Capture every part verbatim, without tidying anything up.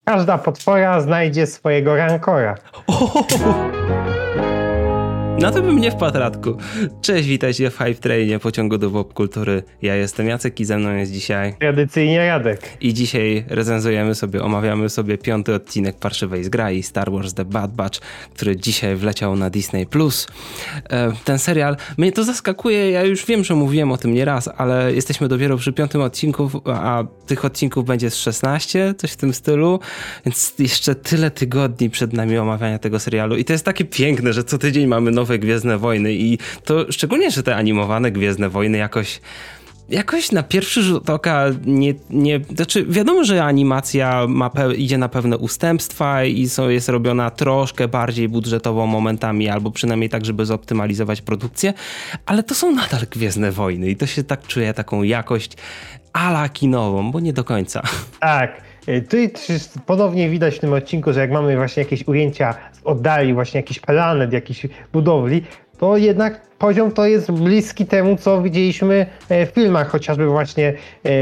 każda potwora znajdzie swojego rankora. Oh! Na to bym nie wpadł, Radku. Cześć, witajcie w Hype Trainie, pociągu do popkultury. Ja jestem Jacek i ze mną jest dzisiaj... Tradycyjnie Radek. I dzisiaj recenzujemy sobie, omawiamy sobie piąty odcinek Parszywej Zgrai, Star Wars The Bad Batch, który dzisiaj wleciał na Disney plus. Ten serial, mnie to zaskakuje, ja już wiem, że mówiłem o tym nieraz, ale jesteśmy dopiero przy piątym odcinku, a tych odcinków będzie z szesnaście, coś w tym stylu, więc jeszcze tyle tygodni przed nami omawiania tego serialu i to jest takie piękne, że co tydzień mamy nowe Gwiezdne Wojny i to szczególnie, że te animowane Gwiezdne Wojny jakoś jakoś na pierwszy rzut oka nie, nie znaczy wiadomo, że animacja ma pe- idzie na pewne ustępstwa i są, jest robiona troszkę bardziej budżetowo momentami, albo przynajmniej tak, żeby zoptymalizować produkcję, ale to są nadal Gwiezdne Wojny i to się tak czuje taką jakość a la kinową, bo nie do końca. Tak. Tu ponownie widać w tym odcinku, że jak mamy właśnie jakieś ujęcia z oddali, właśnie jakiś planet, jakiejś budowli, to jednak poziom to jest bliski temu, co widzieliśmy w filmach, chociażby właśnie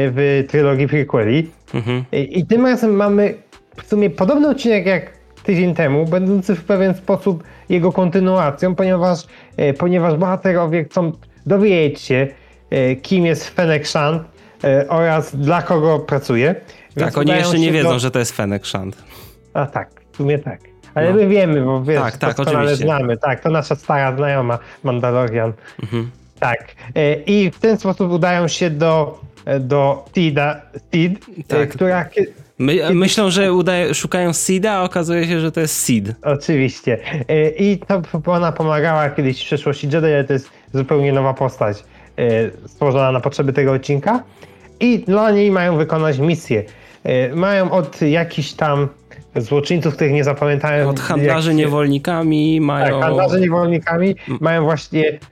w trylogii prequeli. Mhm. I tym razem mamy w sumie podobny odcinek jak tydzień temu, będący w pewien sposób jego kontynuacją, ponieważ, ponieważ bohaterowie chcą dowiedzieć się, kim jest Fennec Shand oraz dla kogo pracuje. Tak, oni jeszcze nie wiedzą, do... że to jest Fennec Shand. A tak, w sumie tak. Ale no. my wiemy, bo wiesz, tak, tak, doskonale znamy. Tak, to nasza stara znajoma Mandalorian. Mhm. Tak. I w ten sposób udają się do, do Sida, Sid, tak. która... My, myślą, że udaje, szukają Sida, a okazuje się, że to jest Sid. Oczywiście. I to ona pomagała kiedyś w przeszłości Jedi, ale to jest zupełnie nowa postać stworzona na potrzeby tego odcinka. I dla niej mają wykonać misję. Mają od jakichś tam złoczyńców, których nie zapamiętałem. Od handlarzy jak... niewolnikami mają... Tak, handlarzy niewolnikami mają właśnie y,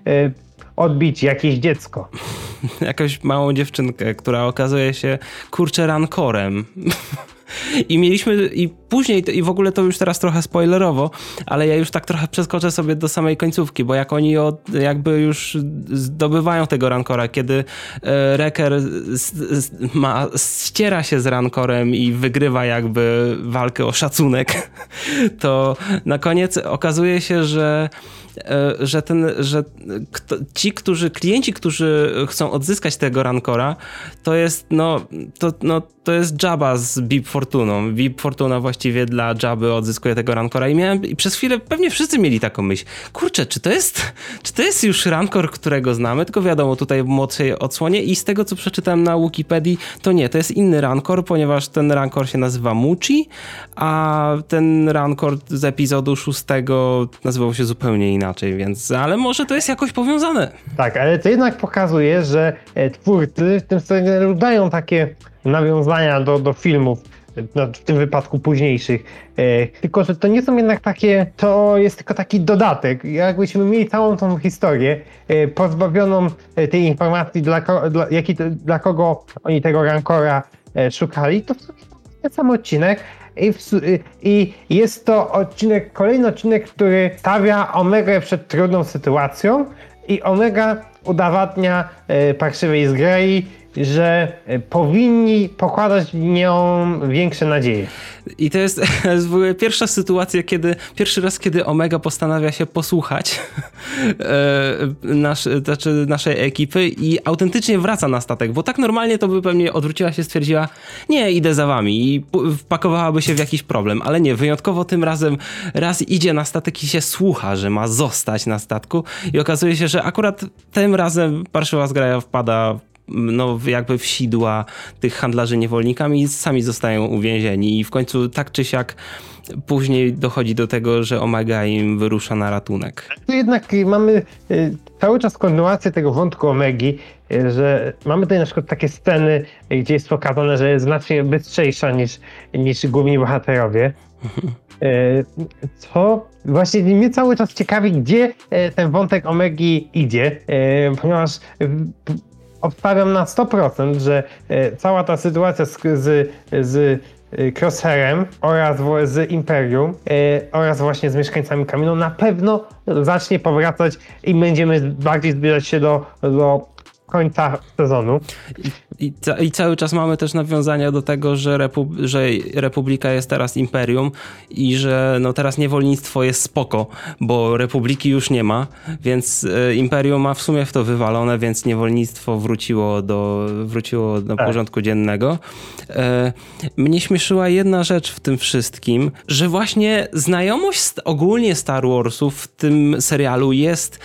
odbić jakieś dziecko. Jakąś małą dziewczynkę, która okazuje się, kurczę, rankorem. I mieliśmy, i później, i w ogóle to już teraz trochę spoilerowo, ale ja już tak trochę przeskoczę sobie do samej końcówki, bo jak oni od, jakby już zdobywają tego rankora, kiedy e, Wrecker z, z, ma, ściera się z rankorem i wygrywa jakby walkę o szacunek, to na koniec okazuje się, że że ten, że kto, ci, którzy, klienci, którzy chcą odzyskać tego rankora, to jest, no, to, no, to jest Jabba z Bib Fortuną. Bib Fortuna właściwie dla Jabby odzyskuje tego rankora i miałem, i przez chwilę pewnie wszyscy mieli taką myśl. Kurczę, czy to jest, czy to jest już rankor, którego znamy? Tylko wiadomo, tutaj w młodszej odsłonie i z tego, co przeczytałem na Wikipedii, to nie, to jest inny rankor, ponieważ ten rankor się nazywa Muchi, a ten rankor z epizodu szóstego nazywał się zupełnie inaczej. Inaczej, więc, ale może to jest jakoś powiązane. Tak, ale to jednak pokazuje, że twórcy w tym serialu dają takie nawiązania do, do filmów, w tym wypadku późniejszych, e, tylko że to nie są jednak takie, to jest tylko taki dodatek. Jakbyśmy mieli całą tą historię e, pozbawioną tej informacji, dla, dla, jaki, dla kogo oni tego rankora e, szukali, to ten sam odcinek. I, w, I jest to odcinek, kolejny odcinek, który stawia Omegę przed trudną sytuacją i Omega udowadnia e, Parszywej Zgrai, że e, powinni pokładać w nią większe nadzieje. I to jest pierwsza sytuacja, kiedy pierwszy raz, kiedy Omega postanawia się posłuchać e, nasz, znaczy naszej ekipy i autentycznie wraca na statek, bo tak normalnie to by pewnie odwróciła się, stwierdziła, nie, idę za wami i wpakowałaby się w jakiś problem, ale nie, wyjątkowo tym razem raz idzie na statek i się słucha, że ma zostać na statku i okazuje się, że akurat tym razem Parszywa Zgraja wpada no jakby w sidła tych handlarzy niewolnikami i sami zostają uwięzieni i w końcu tak czy siak później dochodzi do tego, że Omega im wyrusza na ratunek. Tu jednak mamy cały czas kontynuację tego wątku Omegi, że mamy tutaj na przykład takie sceny, gdzie jest pokazane, że jest znacznie bystrzejsza niż, niż główni bohaterowie. Co właśnie mnie cały czas ciekawi, gdzie ten wątek Omegi idzie, ponieważ obstawiam na sto procent, że cała ta sytuacja z, z, z Crosshairem oraz z Imperium oraz właśnie z mieszkańcami Kamino na pewno zacznie powracać i będziemy bardziej zbliżać się do, do końca sezonu. I, i, I cały czas mamy też nawiązania do tego, że, Repub- że Republika jest teraz imperium i że no teraz niewolnictwo jest spoko, bo Republiki już nie ma, więc e, imperium ma w sumie w to wywalone, więc niewolnictwo wróciło do, wróciło do tak. porządku dziennego. E, mnie śmieszyła jedna rzecz w tym wszystkim, że właśnie znajomość st- ogólnie Star Warsów w tym serialu jest,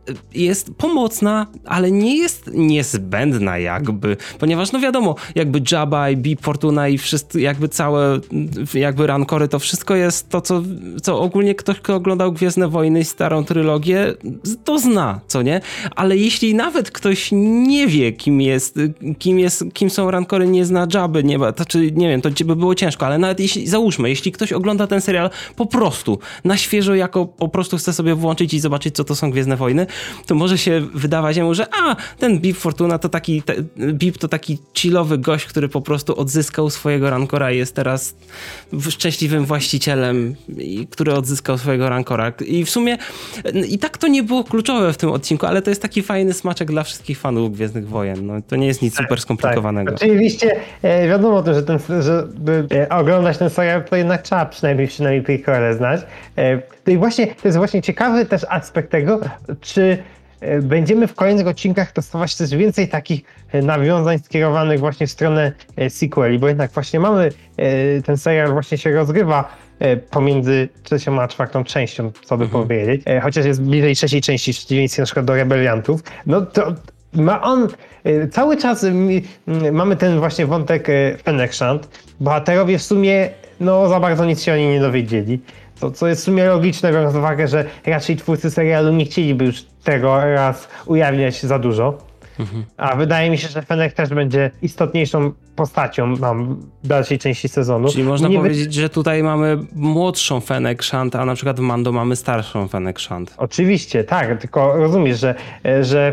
jest pomocna, ale nie jest niezbędna jakby, ponieważ no wiadomo, jakby Jabba i Bib Fortuna i wszystko, jakby całe jakby rankory, to wszystko jest to, co, co ogólnie ktoś, kto oglądał Gwiezdne Wojny i starą trylogię, to zna, co nie? Ale jeśli nawet ktoś nie wie, kim jest, kim jest, kim są rankory, nie zna Jabby, nie, to, czy, nie wiem, to by było ciężko, ale nawet jeśli, załóżmy, jeśli ktoś ogląda ten serial po prostu, na świeżo, jako po prostu chce sobie włączyć i zobaczyć, co to są Gwiezdne Wojny, to może się wydawać mu, że a, ten Bib Fortuna to taki, te, Bib to taki chillowy gość, który po prostu odzyskał swojego rankora i jest teraz szczęśliwym właścicielem, i, który odzyskał swojego rankora. I w sumie i tak to nie było kluczowe w tym odcinku, ale to jest taki fajny smaczek dla wszystkich fanów Gwiezdnych Wojen. No, to nie jest nic super skomplikowanego. Tak. Oczywiście e, wiadomo o tym, że ten, żeby e, oglądać ten serial, to jednak trzeba przynajmniej, przynajmniej prequele znać. E, to, i właśnie, to jest właśnie ciekawy też aspekt tego, czy będziemy w kolejnych odcinkach testować też więcej takich nawiązań skierowanych właśnie w stronę sequeli, bo jednak właśnie mamy, ten serial właśnie się rozgrywa pomiędzy trzecią a czwartą częścią, co by mhm. powiedzieć, chociaż jest bliżej trzeciej części, w przeciwieństwie na przykład do Rebeliantów, no to ma on, cały czas mamy ten właśnie wątek Fennec Shand, bohaterowie w sumie no za bardzo nic się o niej nie dowiedzieli. To, co jest w sumie logiczne, biorąc pod uwagę, że raczej twórcy serialu nie chcieliby już tego raz ujawniać za dużo. Mhm. A wydaje mi się, że Fennec też będzie istotniejszą postacią mam w dalszej części sezonu. Czyli można nie powiedzieć, wy... że tutaj mamy młodszą Fennec Shand, a na przykład w Mando mamy starszą Fennec Shand. Oczywiście, tak, tylko rozumiesz, że, że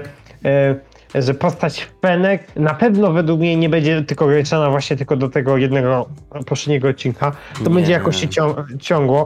że postać Fennec na pewno według mnie nie będzie tylko ograniczona właśnie tylko do tego jednego poprzedniego odcinka. To nie. będzie jakoś się cią- ciągło.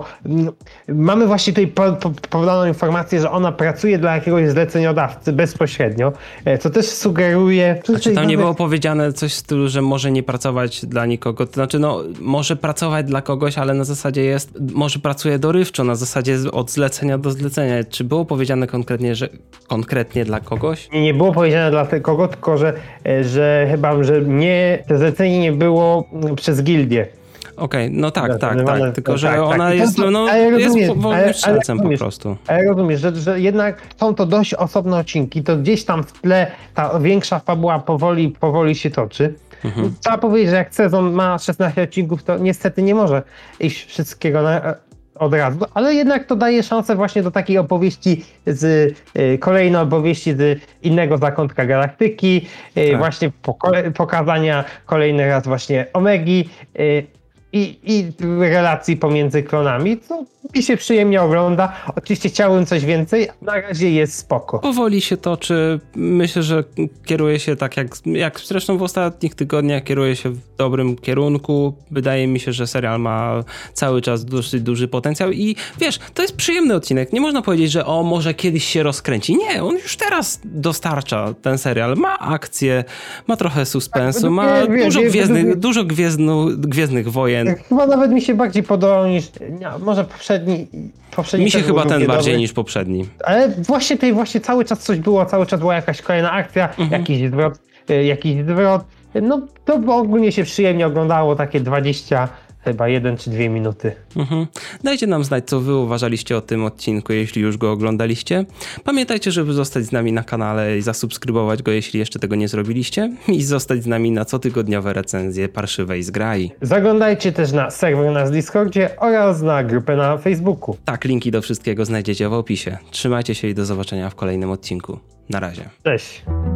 Mamy właśnie tutaj po, po, podaną informację, że ona pracuje dla jakiegoś zleceniodawcy bezpośrednio, co też sugeruje... A czy tam nie było powiedziane coś w stylu, że może nie pracować dla nikogo? To znaczy, no, może pracować dla kogoś, ale na zasadzie jest, może pracuje dorywczo, na zasadzie od zlecenia do zlecenia. Czy było powiedziane konkretnie, że konkretnie dla kogoś? Nie, nie było powiedziane dla kogo, tylko że, że chyba, że nie, to zlecenie nie było przez gildię. Okej, okay, no tak, tak, tak, tak, tylko że tak, ona tak. jest, no, no, jest wolnym strzelcem po prostu. Ale rozumiesz, że, że jednak są to dość osobne odcinki, to gdzieś tam w tle ta większa fabuła powoli, powoli się toczy. Mhm. Trzeba powiedzieć, że jak sezon ma szesnaście odcinków, to niestety nie może iść wszystkiego na, od razu, ale jednak to daje szansę właśnie do takiej opowieści z y, kolejnej opowieści z innego zakątka galaktyki, y, tak. właśnie poko- pokazania kolejny raz właśnie Omegi y, i, i relacji pomiędzy klonami, co mi się przyjemnie ogląda. Oczywiście chciałbym coś więcej, na razie jest spoko. Powoli się toczy, myślę, że kieruje się tak jak, jak zresztą w ostatnich tygodniach kieruje się w dobrym kierunku. Wydaje mi się, że serial ma cały czas dosyć duży potencjał i wiesz, to jest przyjemny odcinek. Nie można powiedzieć, że o, może kiedyś się rozkręci. Nie, on już teraz dostarcza ten serial. Ma akcję, ma trochę suspensu, tak, ma wie, dużo, wie, gwiezdnych, wie, dużo gwiezdnu, gwiezdnych wojen. Chyba nawet mi się bardziej podobał niż, nie, może poprzedni, poprzedni Mi się chyba ten bardziej dobry. niż poprzedni. Ale właśnie tutaj właśnie cały czas coś było, cały czas była jakaś kolejna akcja, mhm. jakiś zwrot, jakiś zwrot. No to ogólnie się przyjemnie oglądało, takie dwadzieścia chyba jeden czy dwie minuty. Mhm. Dajcie nam znać, co wy uważaliście o tym odcinku, jeśli już go oglądaliście. Pamiętajcie, żeby zostać z nami na kanale i zasubskrybować go, jeśli jeszcze tego nie zrobiliście. I zostać z nami na cotygodniowe recenzje parszywej zgrai. Zaglądajcie też na serwer na Discordzie oraz na grupę na Facebooku. Tak, linki do wszystkiego znajdziecie w opisie. Trzymajcie się i do zobaczenia w kolejnym odcinku. Na razie. Cześć.